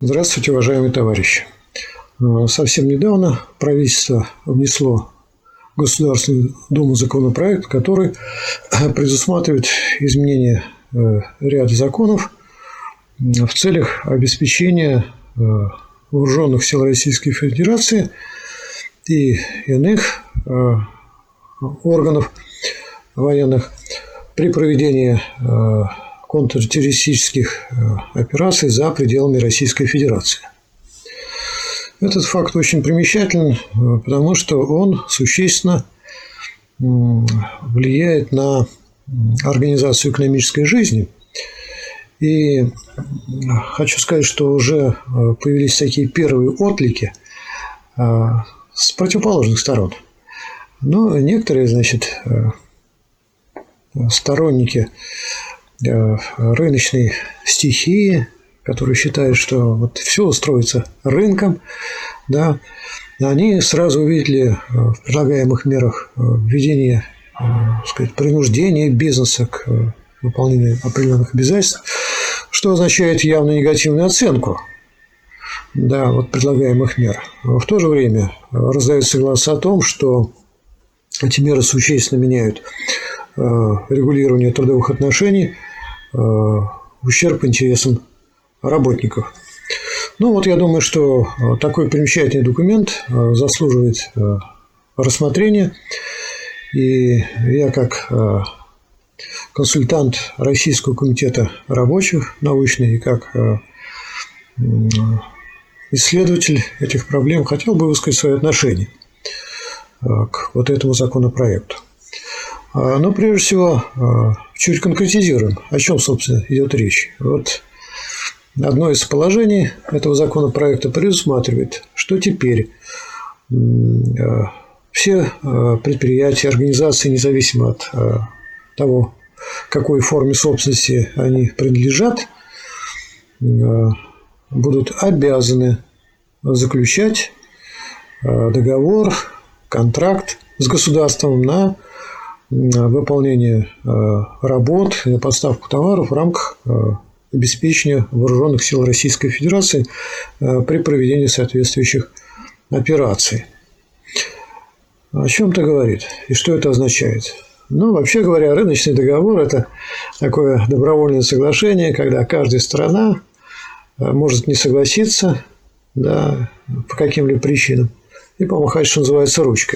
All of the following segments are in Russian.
Здравствуйте, уважаемые товарищи. Совсем недавно правительство внесло в Государственную Думу законопроект, который предусматривает изменение ряда законов в целях обеспечения вооруженных сил Российской Федерации и иных органов военных при проведении контртеррористических операций за пределами Российской Федерации. Этот факт очень примечателен, потому что он существенно влияет на организацию экономической жизни. И хочу сказать, что уже появились такие первые отклики с противоположных сторон. Но некоторые, сторонники рыночной стихии, которые считают, что вот все устроится рынком, да, они сразу увидели в предлагаемых мерах введение, принуждения бизнеса к выполнению определенных обязательств, что означает явно негативную оценку, да, вот предлагаемых мер. В то же время раздаются голоса о том, что эти меры существенно меняют регулирование трудовых отношений в ущерб интересам работников. Я думаю, что такой примечательный документ заслуживает рассмотрения. И я, как консультант Российского комитета рабочих научный и как исследователь этих проблем, хотел бы высказать свое отношение к вот этому законопроекту. Но прежде всего чуть конкретизируем, о чем, собственно, идет речь. Вот одно из положений этого законопроекта предусматривает, что теперь все предприятия, организации, независимо от того, какой форме собственности они принадлежат, будут обязаны заключать договор, контракт с государством на выполнение работ и поставку товаров в рамках обеспечения вооруженных сил Российской Федерации при проведении соответствующих операций. О чем это говорит и что это означает? Вообще говоря, рыночный договор – это такое добровольное соглашение, когда каждая сторона может не согласиться, да, по каким-либо причинам и помахать, что называется, ручкой.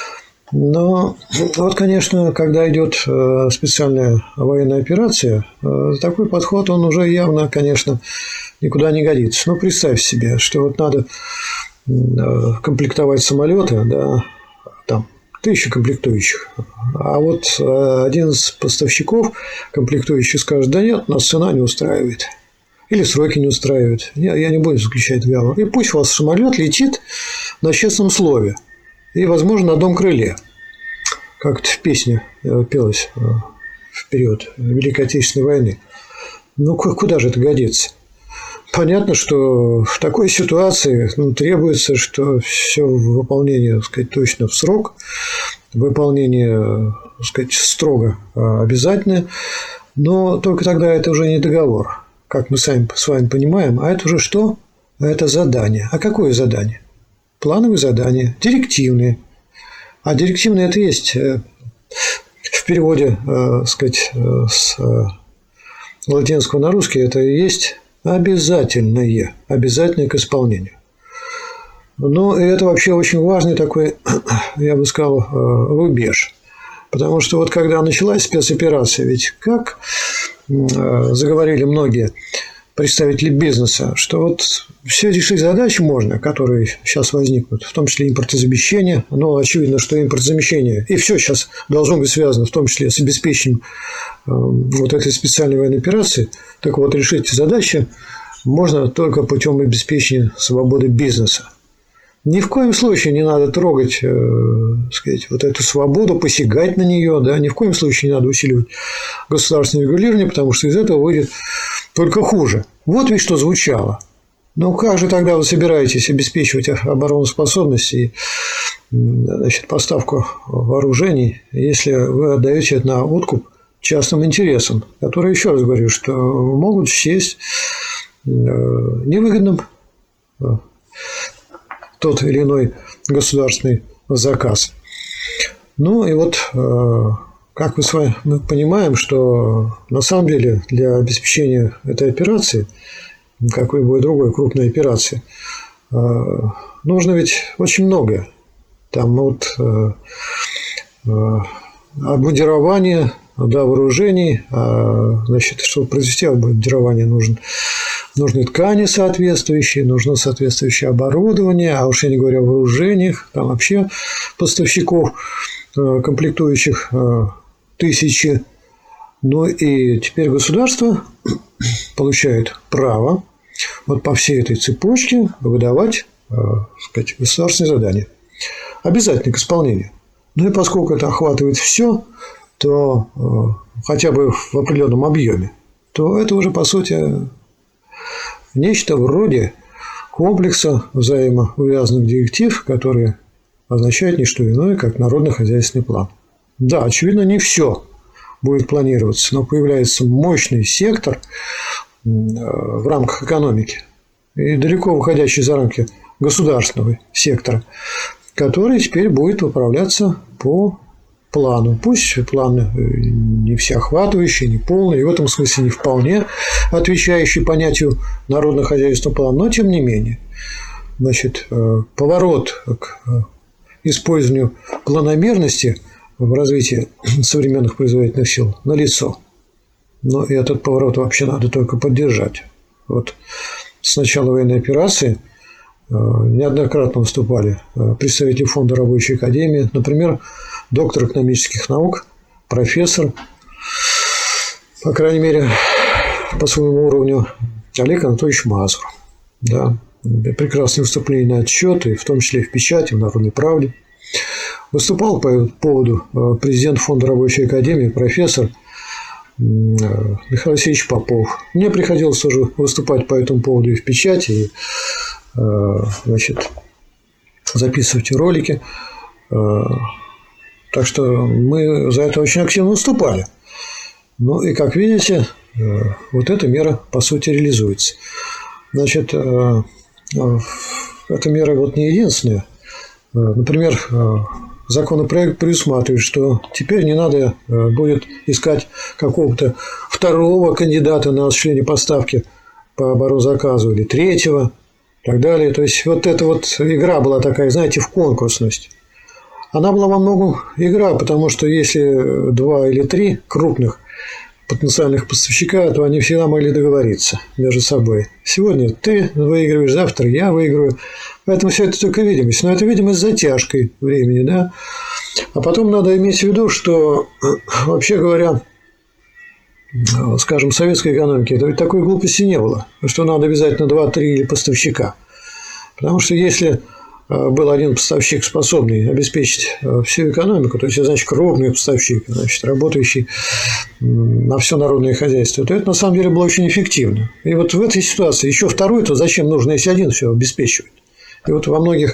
Но конечно, когда идет специальная военная операция, такой подход, он уже явно, конечно, никуда не годится. Представь себе, что вот надо комплектовать самолеты, да, там 1000 комплектующих, а вот один из поставщиков комплектующих скажет: да нет, нас цена не устраивает. Или сроки не устраивают. Я не буду заключать договор. И пусть у вас самолет летит на честном слове. И, возможно, на одном крыле. Как это в песне пелось в период Великой Отечественной войны. Куда же это годится? Понятно, что в такой ситуации требуется, что все выполнение, точно в срок, выполнение, строго обязательное, но только тогда это уже не договор, как мы с вами понимаем, а это уже что? Это задание. А какое задание? Плановые задания, директивные. А директивные – это есть в переводе, с латинского на русский, это и есть обязательное к исполнению. И это вообще очень важный такой, я бы сказал, рубеж. Потому что вот когда началась спецоперация, ведь как заговорили многие представители бизнеса, что вот все решить задачи можно, которые сейчас возникнут, в том числе импортозамещение. Очевидно, что импортозамещение, и все сейчас должно быть связано, в том числе с обеспечением вот этой специальной военной операции. Так вот, решить эти задачи можно только путем обеспечения свободы бизнеса. Ни в коем случае не надо трогать, вот эту свободу, посягать на нее, да, ни в коем случае не надо усиливать государственное регулирование, потому что из этого выйдет только хуже. Вот ведь что звучало. Как же тогда вы собираетесь обеспечивать обороноспособность и поставку вооружений, если вы отдаете это на откуп частным интересам, которые, еще раз говорю, что могут счесть невыгодным тот или иной государственный заказ. Ну и вот, как мы с вами понимаем, что на самом деле для обеспечения этой операции, как и любой другой крупной операции, нужно ведь очень многое. Там вот обмундирование, да, вооружений, значит, чтобы произвести обмундирование, нужны ткани соответствующие, нужно соответствующее оборудование, а уж я не говорю о вооружениях, там вообще поставщиков комплектующих тысячи. Ну и теперь государство получает право вот по всей этой цепочке выдавать, сказать, государственные задания, обязательно к исполнению. Ну и поскольку это охватывает все, то хотя бы в определенном объеме, то это уже по сути нечто вроде комплекса взаимоувязанных директив, которые означают не что иное, как народно-хозяйственный план. Да, очевидно, не все будет планироваться, но появляется мощный сектор в рамках экономики и далеко выходящий за рамки государственного сектора, который теперь будет управляться по плану. Пусть план не всеохватывающий, не полный, и в этом смысле не вполне отвечающий понятию народно-хозяйственного плана, но тем не менее. Значит, поворот к использованию планомерности в развитии современных производительных сил налицо. Но и этот поворот вообще надо только поддержать. Вот с начала военной операции неоднократно выступали представители Фонда рабочей академии, например, доктор экономических наук, профессор, по крайней мере, по своему уровню, Олег Анатольевич Мазур. Да, прекрасные выступления на отчеты, в том числе и в печати, в «Народной правде». Выступал по этому поводу президент Фонда рабочей академии, профессор Михаил Алексеевич Попов. Мне приходилось тоже выступать по этому поводу и в печати, и, значит, записывать ролики. Так что мы за это очень активно выступали. Ну и, как видите, вот эта мера, по сути, реализуется. Значит, эта мера вот не единственная. Например, законопроект предусматривает, что теперь не надо будет искать какого-то второго кандидата на осуществление поставки по оборонзаказу или третьего и так далее. То есть вот эта вот игра была такая, знаете, в конкурсность. Она была во многом игра, потому что если 2 или 3 крупных потенциальных поставщика, то они всегда могли договориться между собой. Сегодня ты выигрываешь, завтра я выиграю. Поэтому все это только видимость. Но это видимость с затяжкой времени, да. А потом надо иметь в виду, что, вообще говоря, скажем, в советской экономике такой глупости не было, что надо обязательно 2-3 поставщика. Потому что если был один поставщик, способный обеспечить всю экономику, то есть, значит, крупный поставщик, значит, работающий на все народное хозяйство, то это на самом деле было очень эффективно. И вот в этой ситуации еще второй, то зачем нужно, если один все обеспечивает? И вот во многих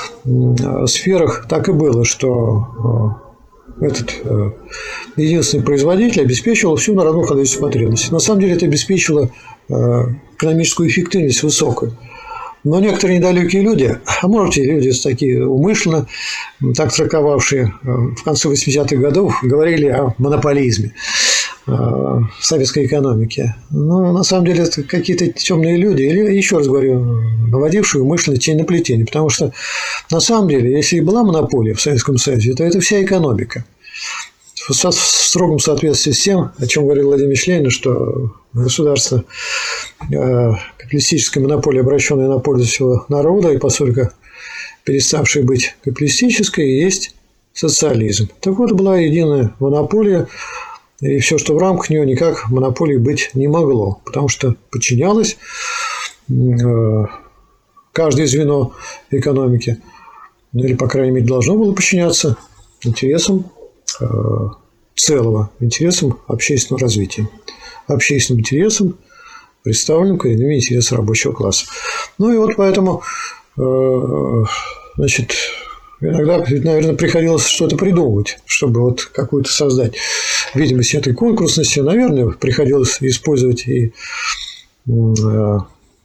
сферах так и было, что этот единственный производитель обеспечивал всю народную хозяйственную потребность. На самом деле это обеспечивало экономическую эффективность высокую. Но некоторые недалекие люди, а может и люди такие умышленно, так трактовавшие в конце 80-х годов, говорили о монополизме в советской экономике. Но на самом деле это какие-то темные люди, или, еще раз говорю, наводившие умышленно тень на плетение. Потому что на самом деле, если и была монополия в Советском Союзе, то это вся экономика. В строгом соответствии с тем, о чем говорил Владимир Ильич Ленин, что государство капиталистическая монополия, обращенная на пользу всего народа, и поскольку переставшая быть капиталистической, есть социализм. Так вот, была единая монополия, и все, что в рамках нее, никак монополии быть не могло, потому что подчинялось каждое звено экономики, или, по крайней мере, должно было подчиняться интересам целого, интересам общественного развития, общественным интересам, представленным коренными интересами рабочего класса. Ну и вот поэтому, значит, иногда, наверное, приходилось что-то придумывать, чтобы вот какую-то создать видимость этой конкурсности. Наверное, приходилось использовать и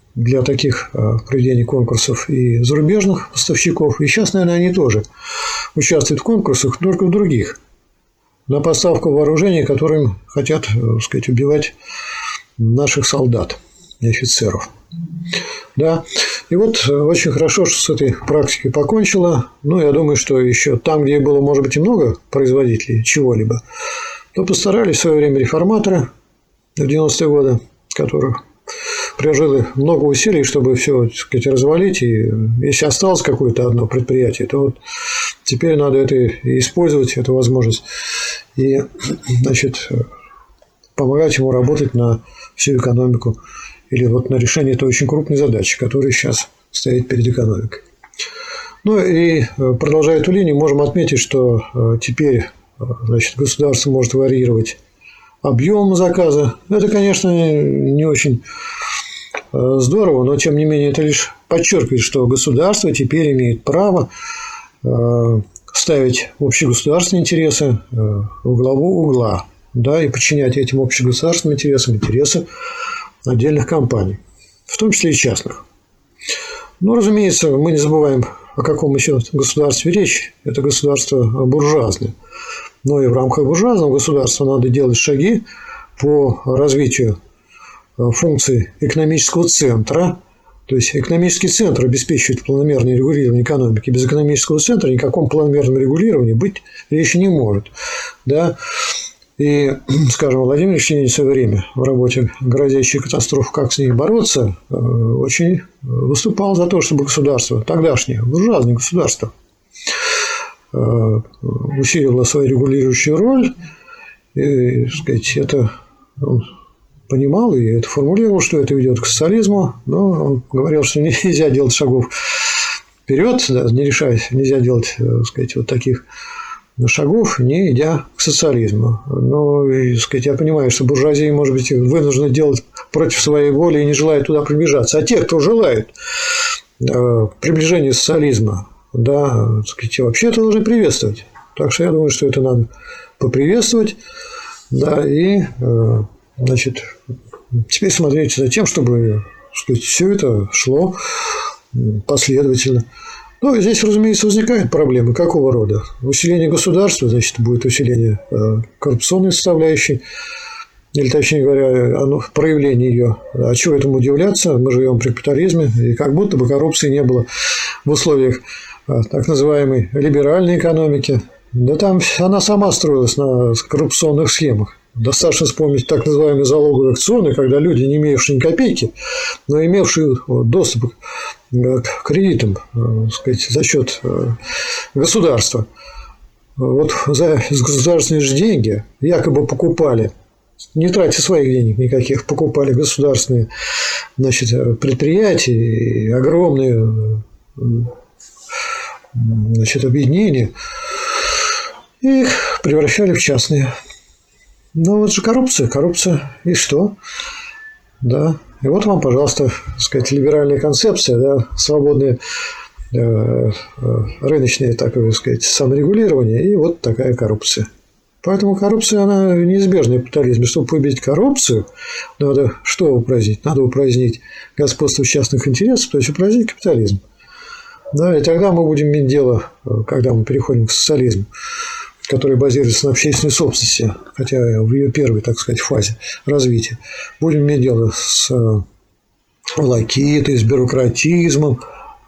для таких проведения конкурсов и зарубежных поставщиков. И сейчас, наверное, они тоже участвуют в конкурсах, только в других. На поставку вооружения, которым хотят, так сказать, убивать наших солдат и офицеров. Да. И вот очень хорошо, что с этой практикой покончила. Ну, я думаю, что еще там, где было, может быть, и много производителей чего-либо, то постарались в свое время реформаторы в 90-е годы, которых приложили много усилий, чтобы все, так сказать, развалить. И если осталось какое-то одно предприятие, то вот теперь надо это использовать, эту возможность, и, значит, помогать ему работать на всю экономику или вот на решение этой очень крупной задачи, которая сейчас стоит перед экономикой. Ну и продолжая эту линию, можем отметить, что теперь, значит, государство может варьировать объем заказа. Это, конечно, не очень здорово, но тем не менее это лишь подчеркивает, что государство теперь имеет право ставить общегосударственные интересы во главу угла, да, и подчинять этим общегосударственным интересам интересы отдельных компаний, в том числе и частных. Но, разумеется, мы не забываем, о каком еще государстве речь. Это государство буржуазное. Но и в рамках буржуазного государства надо делать шаги по развитию функций экономического центра. То есть экономический центр обеспечивает планомерное регулирование экономики. Без экономического центра ни о каком планомерном регулировании быть речи не может. Да? И, скажем, Владимир Ильич Ленин в свое время в работе «Грозящая катастрофа. Как с ней бороться» очень выступал за то, чтобы государство, тогдашнее буржуазное государство, усиливало свою регулирующую роль. И, так сказать, это он понимал и это формулировал, что это ведет к социализму, но он говорил, что нельзя делать шагов вперед, да, не решаясь, нельзя делать, так сказать, вот таких шагов, не идя к социализму. Но, и, так сказать, я понимаю, что буржуазия, может быть, вынуждена делать против своей воли и не желает туда приближаться. А те, кто желает приближения социализма, да, так сказать, вообще это должны приветствовать. Так что я думаю, что это надо поприветствовать, да, и, значит, теперь смотреть за тем, чтобы, так сказать, все это шло последовательно. Ну, и здесь, разумеется, возникают проблемы. Какого рода? Усиление государства, значит, будет усиление коррупционной составляющей, или, точнее говоря, проявление ее. А чего этому удивляться? Мы живем при капитализме, и как будто бы коррупции не было в условиях так называемой либеральной экономики. Да там она сама строилась на коррупционных схемах. Достаточно вспомнить так называемые залоговые аукционы, когда люди, не имевшие ни копейки, но имевшие доступ к кредитам, так сказать, за счет государства, вот за государственные же деньги якобы покупали, не тратя своих денег никаких, покупали государственные, значит, предприятия, огромные, значит, объединения, и их превращали в частные. Ну, вот же коррупция, и что? Да, и вот вам, пожалуйста, так сказать, либеральная концепция, да, свободное рыночное, так сказать, саморегулирование, и вот такая коррупция. Поэтому коррупция, она неизбежна в капитализме. Чтобы победить коррупцию, надо что упразднить? Надо упразднить господство частных интересов, то есть упразднить капитализм. Да, и тогда мы будем иметь дело, когда мы переходим к социализму, который базируется на общественной собственности, хотя в ее первой, так сказать, фазе развития, будем иметь дело с волокитой, с бюрократизмом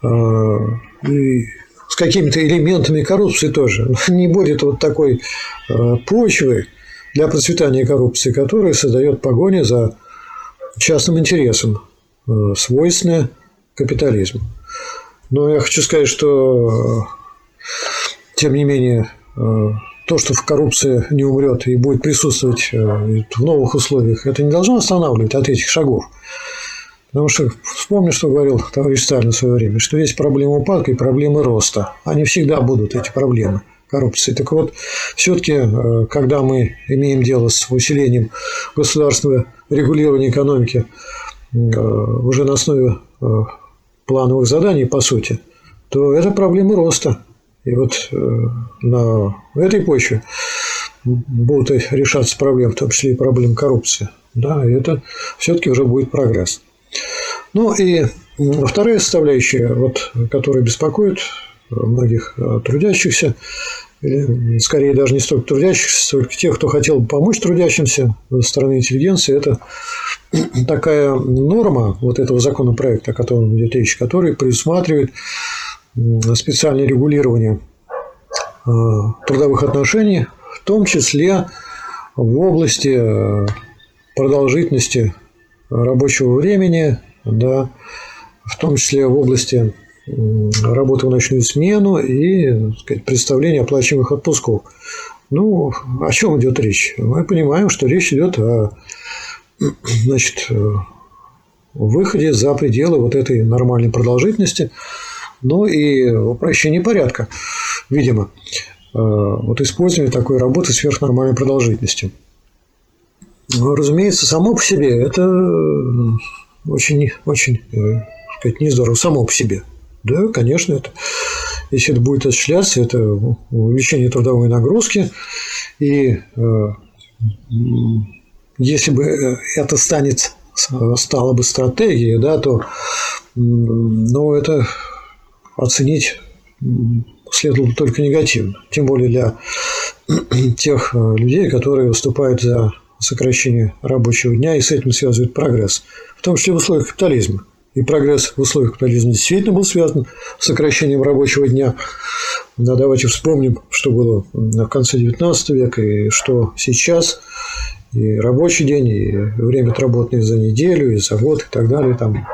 и с какими-то элементами коррупции тоже. Не будет вот такой почвы для процветания коррупции, которая создает погоня за частным интересом, свойственная капитализму. Но я хочу сказать, что, тем не менее, то, что коррупция не умрет и будет присутствовать в новых условиях, это не должно останавливать от этих шагов. Потому что вспомню, что говорил товарищ Сталин в свое время, что есть проблемы упадка и проблемы роста. Они всегда будут, эти проблемы коррупции. Так вот, все-таки, когда мы имеем дело с усилением государственного регулирования экономики уже на основе плановых заданий, по сути, то это проблемы роста. И вот на этой почве будут решаться проблемы, в том числе и проблемы коррупции. Да, и это все-таки уже будет прогресс. Ну и вторая составляющая, вот, которая беспокоит многих трудящихся, или скорее даже не столько трудящихся, сколько тех, кто хотел бы помочь трудящимся со стороны интеллигенции, это такая норма вот этого законопроекта, о котором идет речь, который предусматривает специальное регулирование трудовых отношений, в том числе в области продолжительности рабочего времени, да, в том числе в области работы в ночную смену и, так сказать, представления оплачиваемых отпусков. Ну, о чем идет речь? Мы понимаем, что речь идет о, значит, выходе за пределы вот этой нормальной продолжительности, ну и упрощение порядка, видимо, вот использование такой работы сверхнормальной продолжительностью. Разумеется, само по себе это очень, сказать, не здорово, само по себе. Да, конечно, это, если это будет осуществляться, это увеличение трудовой нагрузки. И если бы это стало бы стратегией, да, то это оценить следовало только негативно. Тем более для тех людей, которые выступают за сокращение рабочего дня и с этим связывают прогресс, в том числе в условиях капитализма. И прогресс в условиях капитализма действительно был связан с сокращением рабочего дня. Но давайте вспомним, что было в конце XIX века и что сейчас. И рабочий день, и время отработанное за неделю, и за год, и так далее. Там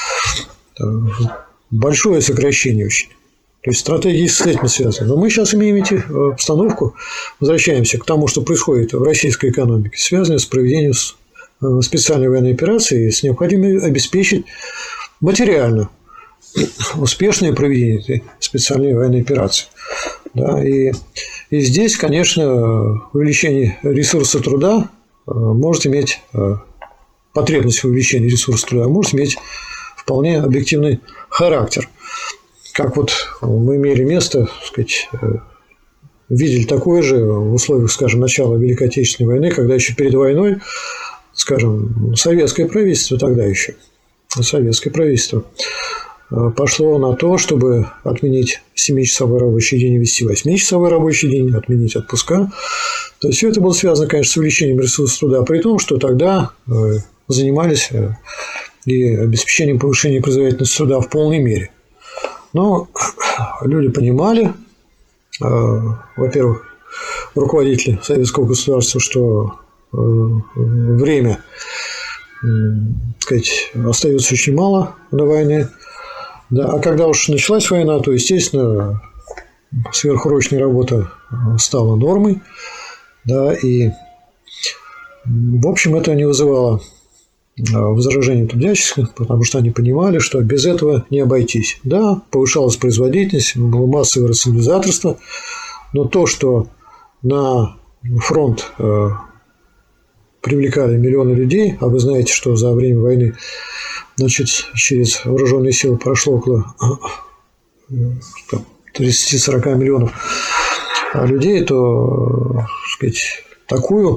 большое сокращение очень. То есть стратегии с этим связаны. Но мы сейчас имеем обстановку, возвращаемся к тому, что происходит в российской экономике, связанное с проведением специальной военной операции, с необходимостью обеспечить материально успешное проведение этой специальной военной операции. Да, и здесь, конечно, увеличение ресурса труда может иметь, потребность в увеличении ресурса труда может иметь вполне объективный характер. Как вот мы имели место, так сказать, видели такое же в условиях, скажем, начала Великой Отечественной войны, когда еще перед войной, скажем, советское правительство пошло на то, чтобы отменить 7-часовой рабочий день и ввести 8-часовой рабочий день, отменить отпуска. То есть все это было связано, конечно, с увеличением ресурсов труда, при том, что тогда занимались и обеспечением повышения производительности труда в полной мере. Но люди понимали, во-первых, руководители советского государства, что время, так сказать, остается очень мало до войны. Да, а когда уж началась война, то, естественно, сверхурочная работа стала нормой. Да, и, в общем, это не вызывало возражений трудящихся, потому что они понимали, что без этого не обойтись. Да, повышалась производительность, было массовое рационализаторство, но то, что на фронт привлекали миллионы людей, а вы знаете, что за время войны, значит, через вооруженные силы прошло около 30-40 миллионов людей, то, так сказать, такую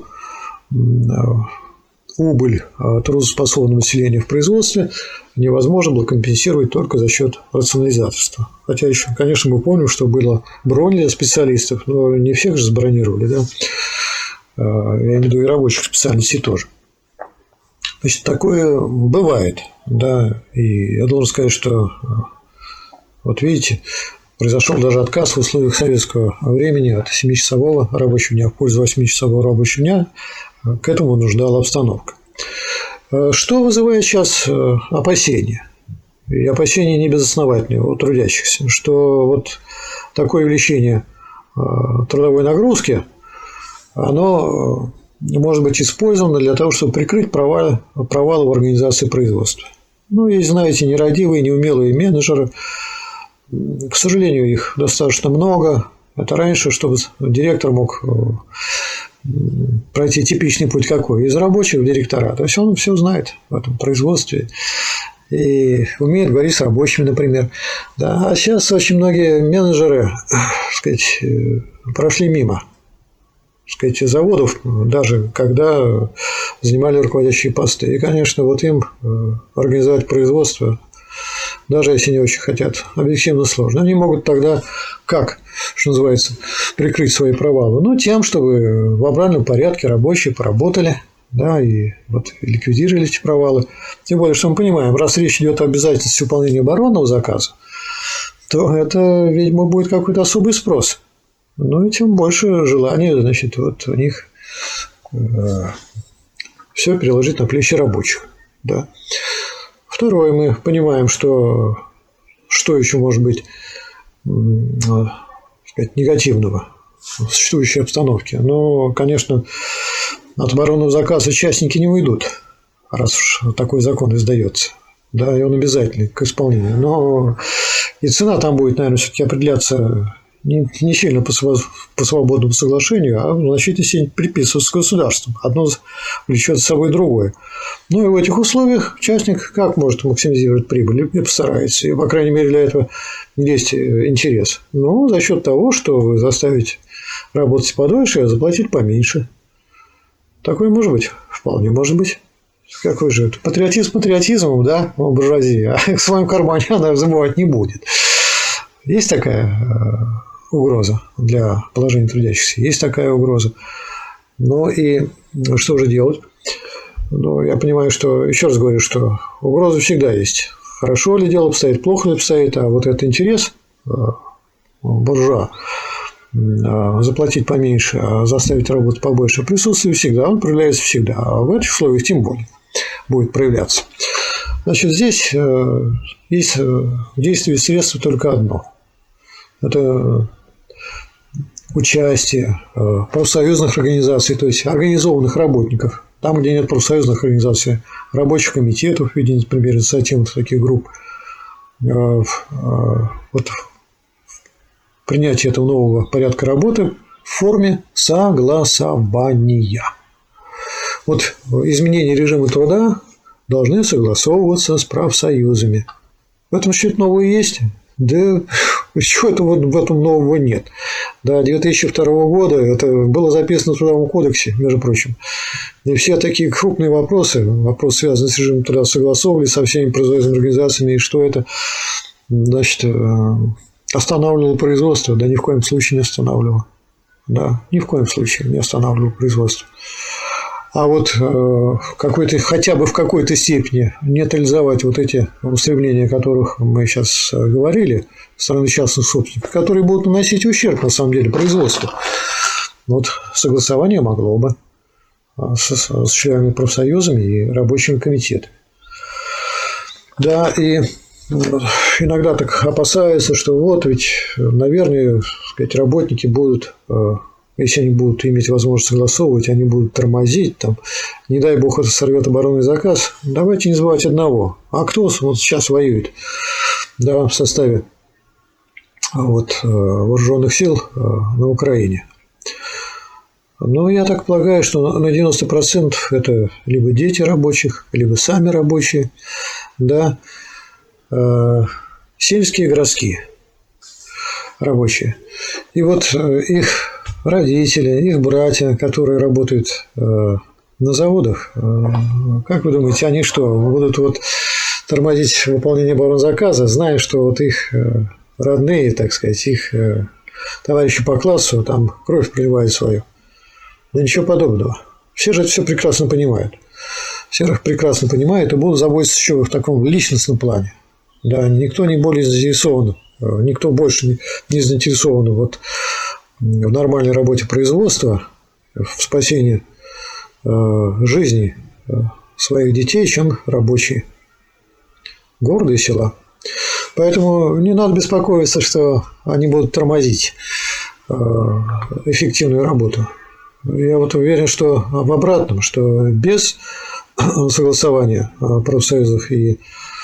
убыль трудоспособного населения в производстве невозможно было компенсировать только за счет рационализаторства. Хотя еще, конечно, мы помним, что была бронь для специалистов, но не всех же забронировали, да. Я имею в виду и рабочих специальностей тоже. Значит, такое бывает, да. И я должен сказать, что вот видите, произошел даже отказ в условиях советского времени от 7-часового рабочего дня в пользу 8-часового рабочего дня. К этому нуждала обстановка. Что вызывает сейчас опасения? И опасения не безосновательные у трудящихся, что вот такое увеличение трудовой нагрузки, оно может быть использовано для того, чтобы прикрыть провалы в организации производства. Ну, и, знаете, нерадивые, неумелые менеджеры, к сожалению, их достаточно много. Это раньше, чтобы директор мог пройти типичный путь какой? Из рабочих в директора. То есть он все знает в этом производстве и умеет говорить с рабочими, например. Да, а сейчас очень многие менеджеры, так сказать, прошли мимо сказать, заводов, даже когда занимали руководящие посты. И, конечно, вот им организовать производство, даже если не очень хотят, объективно сложно. Они могут тогда как, что называется, прикрыть свои провалы? Ну, тем, чтобы в обратном порядке рабочие поработали, да, и вот ликвидировали эти провалы. Тем более, что мы понимаем, раз речь идет о обязательстве выполнения оборонного заказа, то это, видимо, будет какой-то особый спрос. Ну, и тем больше желания, значит, вот у них все переложить на плечи рабочих. Да. Второе, мы понимаем, что еще может быть сказать, негативного в существующей обстановке. Но, конечно, от оборонного заказа частники не уйдут, раз уж такой закон издается. Да, и он обязательный к исполнению. Но и цена там будет, наверное, все-таки определяться не сильно по свободному соглашению, а в значительной степени приписываться государством. Одно влечет за собой другое. Ну и в этих условиях частник как может максимизировать прибыль? И постарается. И, по крайней мере, для этого есть интерес. Ну, за счет того, что вы заставите работать подольше, а заплатить поменьше. Такое может быть? Вполне может быть. Какой же это? Патриотизм патриотизмом, да, в буржуазии, а к своему кармане она забывать не будет. Есть такая угроза для положения трудящихся? Есть такая угроза. Ну и что же делать? Ну, я понимаю, что, еще раз говорю, что угроза всегда есть. Хорошо ли дело обстоит, плохо ли обстоит, а вот этот интерес буржуа заплатить поменьше, а заставить работать побольше присутствует всегда, он проявляется всегда, а в этих условиях тем более будет проявляться. Значит, здесь есть в действии средство только одно. Это участие профсоюзных организаций, то есть организованных работников. Там, где нет профсоюзных организаций, рабочих комитетов в виде, например, инициативных таких групп, вот принятие этого нового порядка работы в форме согласования. Вот изменения режима труда должны согласовываться с профсоюзами. В этом что-то новое есть? Да чего-то вот в этом нового нет. До 2002 года это было записано в Трудовом кодексе, между прочим. И все такие крупные вопросы, связанные с режимом труда, согласовывали со всеми производственными организациями, и что это, значит, останавливало производство? Да ни в коем случае не останавливало. Да, ни в коем случае не останавливало производство. А вот хотя бы в какой-то степени нейтрализовать вот эти устремления, о которых мы сейчас говорили, со стороны частных собственников, которые будут наносить ущерб, на самом деле, производству. Вот согласование могло бы с членами профсоюзами и рабочими комитетами. Да, и иногда так опасаются, что вот ведь, наверное, сказать, работники будут, если они будут иметь возможность согласовывать, они будут тормозить, там, не дай бог это сорвет оборонный заказ. Давайте не забывать одного. А кто вот сейчас воюет, да, в составе вот, вооруженных сил на Украине? Ну, я так полагаю, что на 90% это либо дети рабочих, либо сами рабочие, да, сельские и городские рабочие. И вот их родители, их братья, которые работают на заводах, как вы думаете, они что, будут вот тормозить выполнение оборонзаказа, зная, что вот их родные, так сказать, их товарищи по классу там кровь проливают свою? Да ничего подобного. Все же это все прекрасно понимают. Все прекрасно понимают и будут заботиться еще в таком личностном плане. Да, никто не более заинтересован, никто больше не заинтересован вот в нормальной работе производства, в спасении жизни своих детей, чем рабочие города и села. Поэтому не надо беспокоиться, что они будут тормозить эффективную работу. Я вот уверен, что в обратном, что без согласования профсоюзов и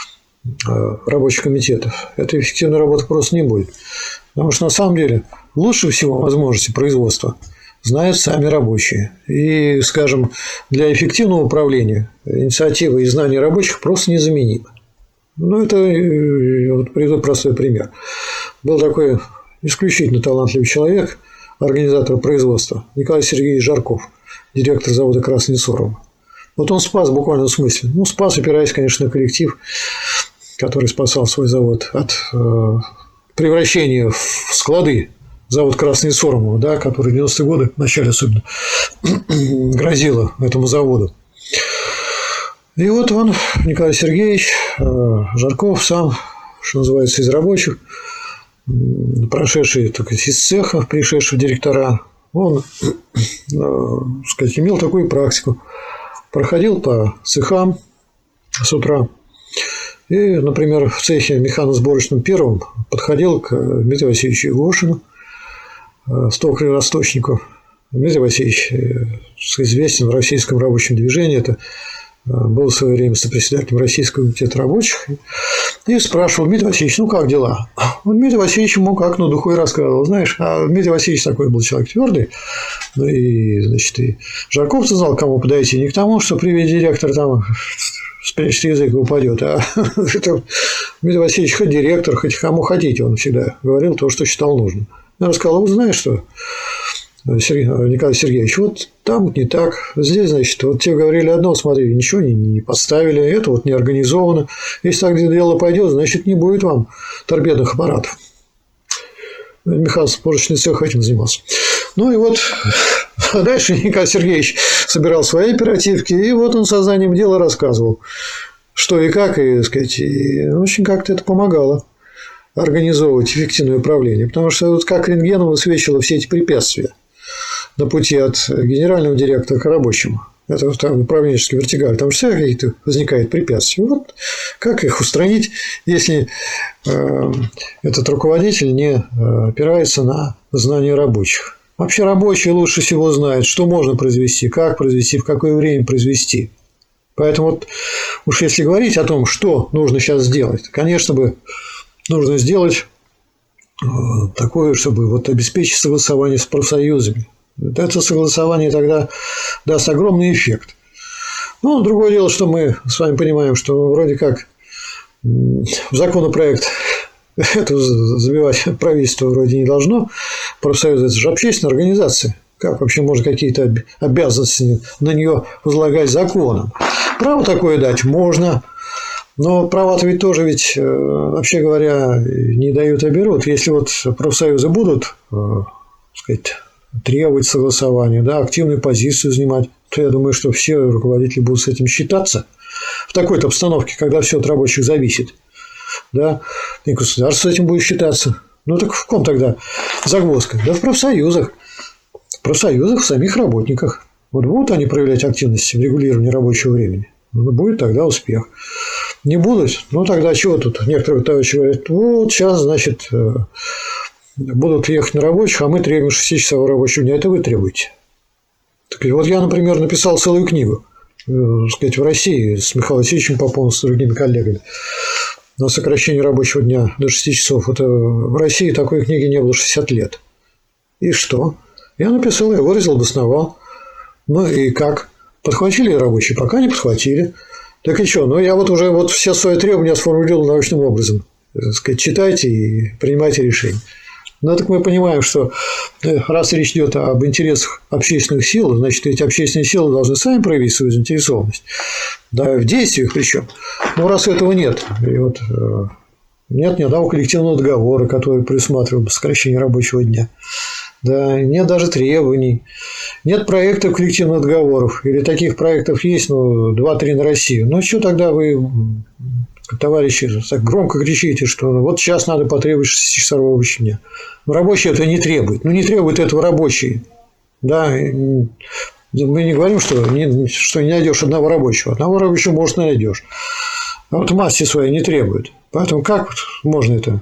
рабочих комитетов этой эффективной работы просто не будет. Потому что на самом деле лучше всего возможности производства знают сами рабочие. И, скажем, для эффективного управления инициатива и знания рабочих просто незаменимы. Ну, это, вот приведу простой пример. Был такой исключительно талантливый человек, организатора производства, Николай Сергеевич Жарков, директор завода «Красный Сором». Вот он спас в буквальном смысле. Ну, спас, опираясь, конечно, на коллектив, который спасал свой завод от превращения в склады. Завод «Красный Сормово», да, который в 90-е годы, в начале особенно, грозило этому заводу. И вот он, Николай Сергеевич Жарков, сам, что называется, из рабочих, прошедший только из цеха, пришедший в директора, он, сказать, имел такую практику. Проходил по цехам с утра. И, например, в цехе механосборочном первом подходил к Дмитрию Васильевичу Егошину, стокарю-росточнику. Дмитрий Васильевич известен в российском рабочем движении. Это был в свое время сопредседателем Российского комитета рабочих. И спрашивал: Дмитрий Васильевич, ну как дела? Вот Дмитрий Васильевич ему как на духу и рассказывал. Знаешь, а Дмитрий Васильевич такой был человек твердый. Ну и, значит, и Жарков-то знал, к кому подойти. Не к тому, что при виде директора там спрячет язык и упадет. А это Дмитрий Васильевич хоть директор, хоть кому хотите, он всегда говорил то, что считал нужным. Я рассказал: вот знаешь что, Николай Сергеевич, вот там не так, здесь, значит, вот тебе говорили одно, смотри, ничего не подставили, это вот не организовано. Если так дело пойдет, значит, не будет вам торпедных аппаратов. Механосборочный цех этим занимался. Ну и вот дальше Николай Сергеевич собирал свои оперативки, и вот он сознанием дела рассказывал, что и как, и, так сказать, и очень как-то это помогало организовывать эффективное управление, потому что вот как рентгеном высвечивало все эти препятствия на пути от генерального директора к рабочему. Это там управленческий вертикаль, там все какие-то возникают препятствия. Вот как их устранить, если этот руководитель не опирается на знания рабочих. Вообще рабочие лучше всего знают, что можно произвести, как произвести, в какое время произвести. Поэтому вот уж если говорить о том, что нужно сейчас сделать, конечно бы нужно сделать такое, чтобы вот обеспечить согласование с профсоюзами. Это согласование тогда даст огромный эффект. Ну, другое дело, что мы с вами понимаем, что вроде как в законопроект это забивать правительство вроде не должно. Профсоюз – это же общественная организация. Как вообще можно какие-то обязанности на нее возлагать законом? Право такое дать можно. Но права-то ведь тоже, вообще говоря, не дают, а берут. Если вот профсоюзы будут, сказать, требовать согласования, да, активную позицию занимать, то я думаю, что все руководители будут с этим считаться в такой-то обстановке, когда все от рабочих зависит. Да, и государство с этим будет считаться. Ну так в ком тогда загвоздка? Да в профсоюзах. В профсоюзах, в самих работниках. Вот будут они проявлять активность в регулировании рабочего времени. Ну, будет тогда успех. Не будут, ну тогда чего тут? Некоторые товарищи говорят: вот сейчас, значит, будут ехать на рабочих, а мы требуем 6-часового рабочего дня. Это вы требуете. Так, вот я, например, написал целую книгу, сказать, в России с Михаилом Васильевичем Поповым, с другими коллегами на сокращение рабочего дня до 6 часов. Это в России такой книги не было 60 лет. И что? Я написал, я выразил, обосновал. Ну и как? Подхватили рабочие? Пока не подхватили. Так и что? Ну, я вот уже все свои требования сформулировал научным образом. Так сказать, читайте и принимайте решения. Ну, так мы понимаем, что раз речь идет об интересах общественных сил, значит, эти общественные силы должны сами проявить свою заинтересованность. Да, в действиях причем. Но раз этого нет, и вот нет ни одного коллективного договора, который предусматривал бы сокращение рабочего дня. Да, нет даже требований, нет проектов коллективных договоров, или таких проектов есть, 2-3 на Россию. Ну, что тогда вы, товарищи, так громко кричите, что вот сейчас надо потребовать 6-часового рабочего дня? Но рабочие этого не требуют. Ну, не требуют этого рабочие. Да, мы не говорим, что не найдешь одного рабочего. Одного рабочего, может, найдешь. А вот массе своей не требуют. Поэтому как можно это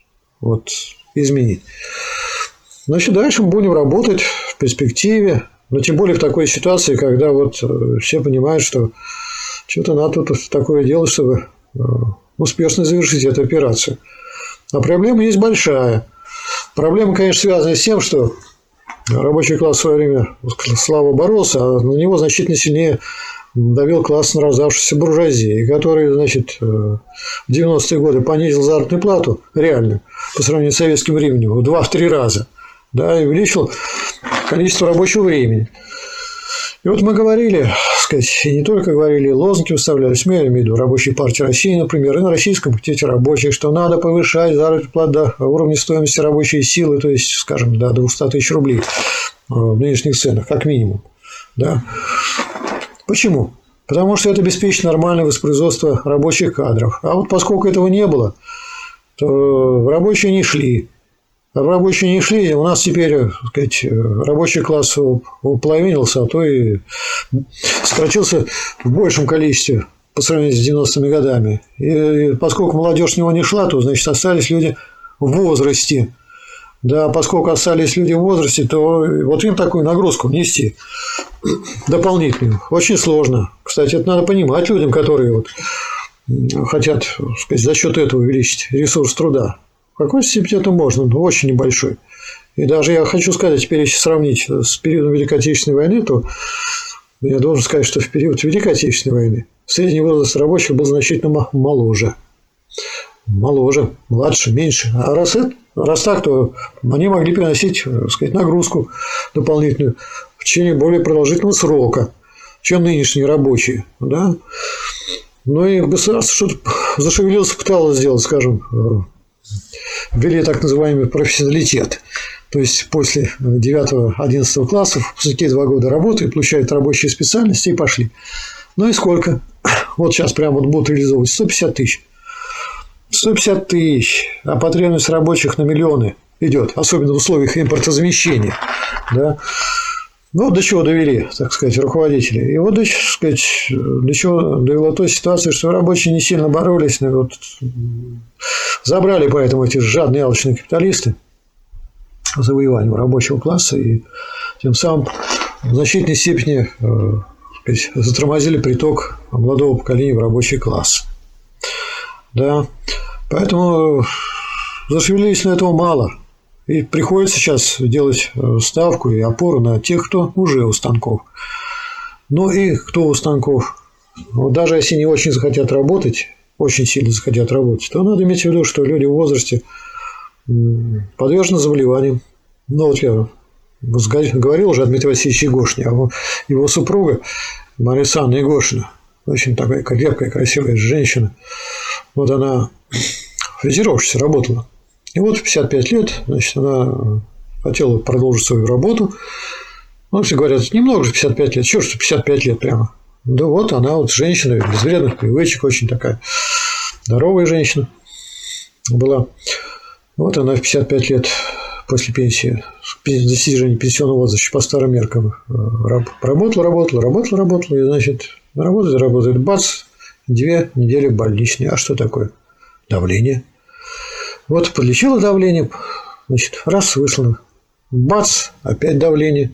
изменить? Значит, дальше мы будем работать в перспективе, но тем более в такой ситуации, когда все понимают, что что-то надо тут такое делать, чтобы успешно завершить эту операцию. А проблема есть большая. Проблема, конечно, связана с тем, что рабочий класс в свое время слабо боролся, а на него значительно сильнее давил класс нарождавшейся буржуазии, который, значит, в 90-е годы понизил заработную плату реально по сравнению с советским временем в 2-3 раза. да, и увеличил количество рабочего времени. И вот мы говорили, сказать, и не только говорили, лозунги выставлялись, я имею в виду Рабочей партии России, например, и на Российском комитете рабочих, что надо повышать заработную плату до уровня стоимости рабочей силы, то есть, скажем, до 200 тысяч рублей в нынешних ценах, как минимум. Да. Почему? Потому что это обеспечит нормальное воспроизводство рабочих кадров. А вот поскольку этого не было, то рабочие не шли. А рабочие не шли, у нас теперь, так сказать, рабочий класс уполовинился, а то и сократился в большем количестве по сравнению с 90-ми годами. И поскольку молодежь с него не шла, то, значит, остались люди в возрасте. Да, поскольку остались люди в возрасте, то вот им такую нагрузку нести дополнительную очень сложно. Кстати, это надо понимать людям, которые вот хотят, так сказать, за счет этого увеличить ресурс труда. В какой степени это можно? Но очень небольшой. И даже я хочу сказать, теперь если сравнить с периодом Великой Отечественной войны, то я должен сказать, что в период Великой Отечественной войны средний возраст рабочих был значительно моложе, младше, меньше. А раз так, то они могли переносить, так сказать, нагрузку дополнительную в течение более продолжительного срока, чем нынешние рабочие. Да? Ну и государство что-то зашевелилось, пыталось сделать, скажем, ввели так называемый профессионалитет. То есть после 9-11 классов выпускники 2 года работают, получают рабочие специальности и пошли. Ну и сколько? Вот сейчас прямо вот будут реализовывать 150 тысяч. 150 тысяч, а потребность рабочих на миллионы идет, особенно в условиях импортозамещения. Да? Ну, до чего довели, так сказать, руководители. И вот, так сказать, до чего довела той ситуации, что рабочие не сильно боролись. Вот, забрали поэтому эти жадные алчные капиталисты завоеванием рабочего класса и тем самым в значительной степени сказать, затормозили приток молодого поколения в рабочий класс. Да. Поэтому зашевелились на этого мало. И приходится сейчас делать ставку и опору на тех, кто уже у станков. Ну и кто у станков. Вот даже если не очень захотят работать, очень сильно захотят работать, то надо иметь в виду, что люди в возрасте подвержены заболеваниям. Ну, вот я говорил уже о Дмитрии Васильевиче Егошине, а его супруга Мария Александровна Егошина, очень такая крепкая, красивая женщина. Вот она фрезеровщица работала. И вот в 55 лет, значит, она хотела продолжить свою работу. Ну, все говорят, немного же 55 лет. Чего ж 55 лет прямо? Да вот она вот женщина, без вредных привычек, очень такая здоровая женщина была. Вот она в 55 лет после пенсии, достижения пенсионного возраста по старым меркам работала, и, значит, работает, бац, 2 недели больничные. А что такое? Давление. Вот подлечила давление, значит, раз вышло, бац, опять давление.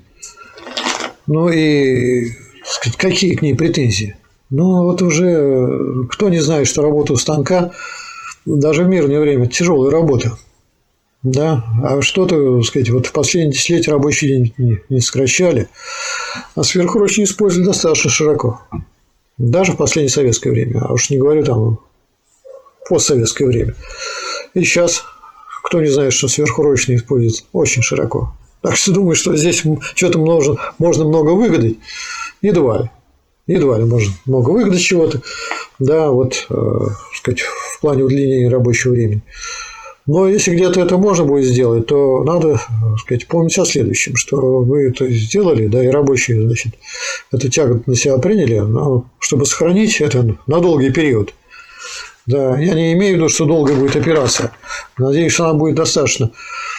Ну и, сказать, какие к ней претензии? Ну вот уже кто не знает, что работа у станка даже в мирное время тяжелая работа. Да, а что-то, сказать, вот в последние десятилетия рабочий день не сокращали, а сверхурочные использовали достаточно широко. Даже в последнее советское время, а уж не говорю там постсоветское время. И сейчас, кто не знает, что сверхурочные используются очень широко. Так что думаю, что здесь что-то можно много выгадать. Едва ли можно много выгадать чего-то. Да, вот, сказать, в плане удлинения рабочего времени. Но если где-то это можно будет сделать, то надо, сказать, помнить о следующем, что вы это сделали, да, и рабочие, значит, эту тяготу на себя приняли, но чтобы сохранить это на долгий период. Да, я не имею в виду, что долгая будет операция. Надеюсь, что она будет достаточно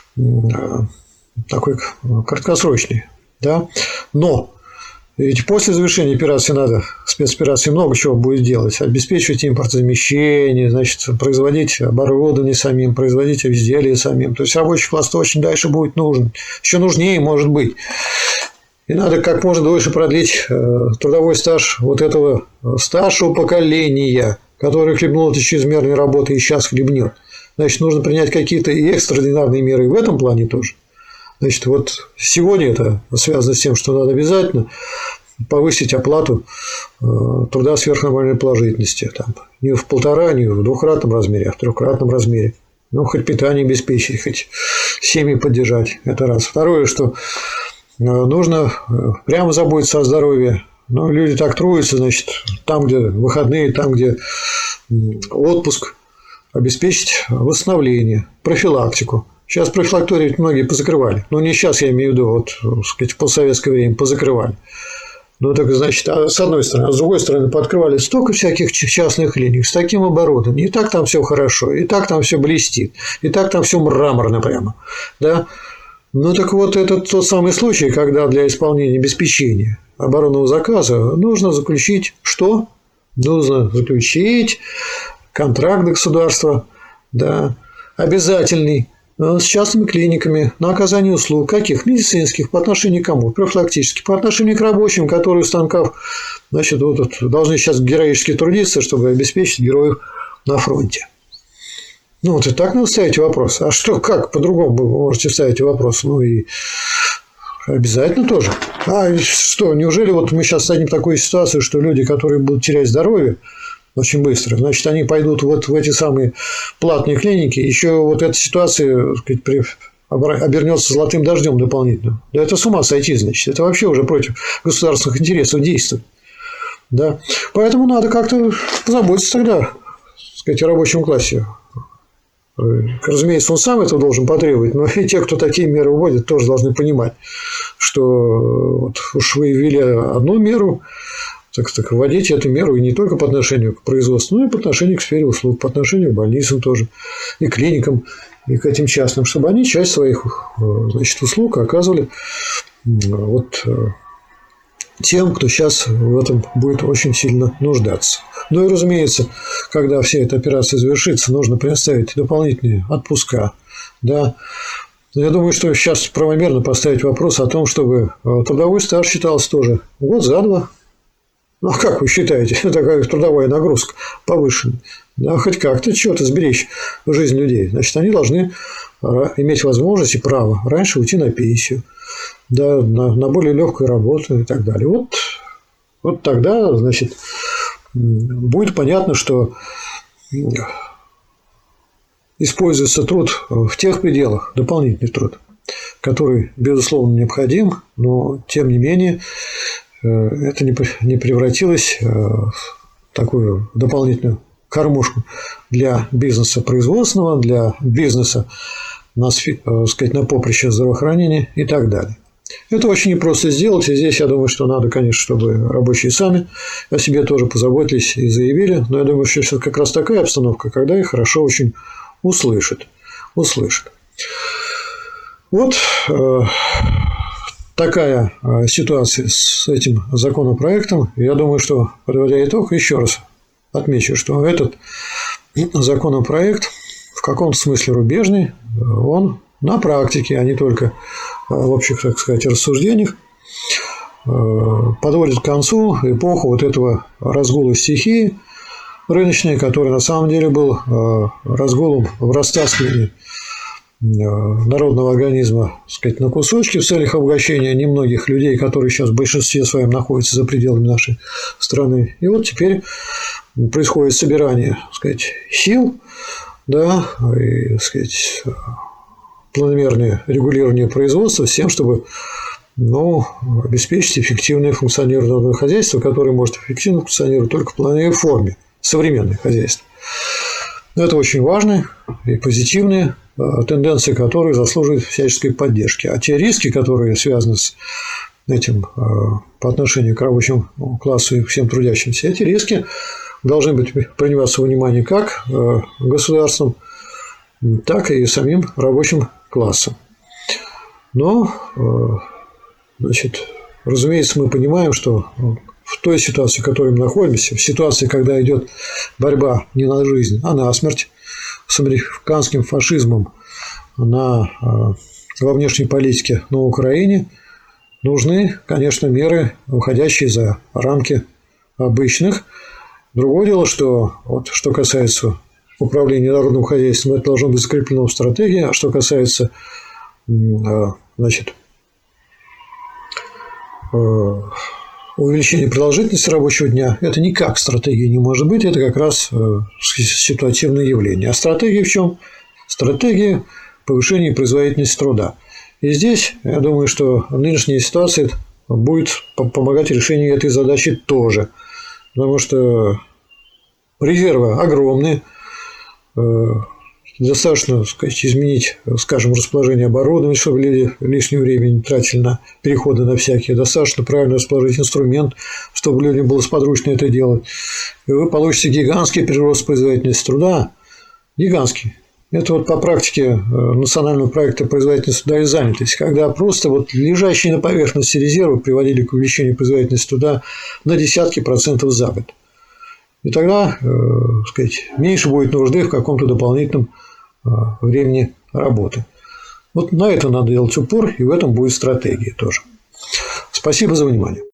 такой краткосрочной. Да? Но ведь после завершения операции надо, спецоперации, много чего будет делать. Обеспечивать импортозамещение, значит, производить оборудование самим, производить изделия самим. То есть рабочий класс очень дальше будет нужен. Еще нужнее может быть. И надо как можно дольше продлить трудовой стаж вот этого старшего поколения, который хлебнул от чрезмерной работы и сейчас хлебнет. Значит, нужно принять какие-то и экстраординарные меры и в этом плане тоже. Значит, вот сегодня это связано с тем, что надо обязательно повысить оплату труда сверхнормальной положительности. Там, не в 1,5, не в 2-кратном размере, а в 3-кратном размере. Ну, хоть питание обеспечить, хоть семьи поддержать. Это раз. Второе, что нужно прямо заботиться о здоровье. Ну, люди так трудятся, значит, там, где выходные, там, где отпуск, обеспечить восстановление, профилактику. Сейчас профилактории многие позакрывали. Ну, не сейчас, я имею в виду, вот, так сказать, в постсоветское время позакрывали. Ну, так, значит, с одной стороны. А с другой стороны, пооткрывали столько всяких частных клиник с таким оборудованием. И так там все хорошо, и так там все блестит, и так там все мраморно прямо. Да? Ну, так вот, это тот самый случай, когда для исполнения обеспечения оборонного заказа нужно заключить что? Нужно заключить контракт государства, да, обязательный, с частными клиниками на оказание услуг. Каких? Медицинских. По отношению к кому? Профилактических. По отношению к рабочим, которые у станков, значит, вот, должны сейчас героически трудиться, чтобы обеспечить героев на фронте. Ну, вот и так надо ставить вопрос. А что, как по-другому вы можете ставить вопрос? Ну, и обязательно тоже. А что, неужели вот мы сейчас станем в такой ситуации, что люди, которые будут терять здоровье очень быстро, значит, они пойдут вот в эти самые платные клиники, еще вот эта ситуация, так сказать, обернется золотым дождем дополнительно. Да это с ума сойти, значит. Это вообще уже против государственных интересов действует. Да. Поэтому надо как-то позаботиться тогда, так сказать, о рабочем классе. Разумеется, он сам этого должен потребовать, но и те, кто такие меры вводит, тоже должны понимать, что вот уж вы ввели одну меру, так вводите эту меру и не только по отношению к производству, но и по отношению к сфере услуг, по отношению к больницам тоже, и клиникам, и к этим частным, чтобы они часть своих, значит, услуг оказывали вот тем, кто сейчас в этом будет очень сильно нуждаться. Ну и, разумеется, когда вся эта операция завершится, нужно предоставить дополнительные отпуска. Да. Я думаю, что сейчас правомерно поставить вопрос о том, чтобы трудовой стаж считался тоже год за два. Ну, а как вы считаете, такая трудовая нагрузка повышенная? Да, хоть как-то чего-то сберечь жизнь людей. Значит, они должны иметь возможность и право раньше уйти на пенсию, да, на более легкую работу и так далее. Вот тогда, значит, будет понятно, что используется труд в тех пределах, дополнительный труд, который, безусловно, необходим, но, тем не менее, это не превратилось в такую дополнительную кормушку для бизнеса производственного, для бизнеса на поприще здравоохранения и так далее. Это очень непросто сделать, и здесь я думаю, что надо, конечно, чтобы рабочие сами о себе тоже позаботились и заявили, но я думаю, что сейчас как раз такая обстановка, когда их хорошо очень услышат. Вот такая ситуация с этим законопроектом. Я думаю, что, подводя итог, еще раз отмечу, что этот законопроект в каком-то смысле рубежный, он на практике, а не только в общих, так сказать, рассуждениях, подводит к концу эпоху вот этого разгула стихии рыночной, который на самом деле был разгулом в растаскивании народного организма, так сказать, на кусочки в целях обогащения немногих людей, которые сейчас в большинстве своем находятся за пределами нашей страны. И вот теперь происходит собирание, так сказать, сил, да, и, так сказать, планомерное регулирование производства с тем, чтобы обеспечить эффективное функционирование народного хозяйства, которое может эффективно функционировать только в плановой форме, современное хозяйство. Это очень важные и позитивные тенденции, которые заслуживают всяческой поддержки. А те риски, которые связаны с этим по отношению к рабочему классу и всем трудящимся, эти риски должны быть приниматься во внимание как государством, так и самим рабочим классом. Но, значит, разумеется, мы понимаем, что в той ситуации, в которой мы находимся, в ситуации, когда идет борьба не на жизнь, а на смерть с американским фашизмом во внешней политике на Украине, нужны, конечно, меры, выходящие за рамки обычных. Другое дело, что что касается управления народным хозяйством, это должно быть закреплено в стратегии, а что касается, значит, увеличение продолжительности рабочего дня, это никак стратегия не может быть, это как раз ситуативное явление. А стратегия в чем? стратегии повышения производительности труда. И здесь, я думаю, что нынешняя ситуация будет помогать решению этой задачи тоже. Потому что резервы огромные. Достаточно, сказать, изменить, скажем, расположение оборудования, чтобы люди лишнего времени не тратили на переходы на всякие. Достаточно правильно расположить инструмент, чтобы людям было сподручно это делать. И вы получите гигантский прирост производительности труда. Гигантский. Это вот по практике национального проекта производительности труда и занятости, когда просто вот лежащие на поверхности резервы приводили к увеличению производительности труда на десятки процентов за год. И тогда, сказать, меньше будет нужды в каком-то дополнительном времени работы. Вот на это надо делать упор, и в этом будет стратегия тоже. Спасибо за внимание.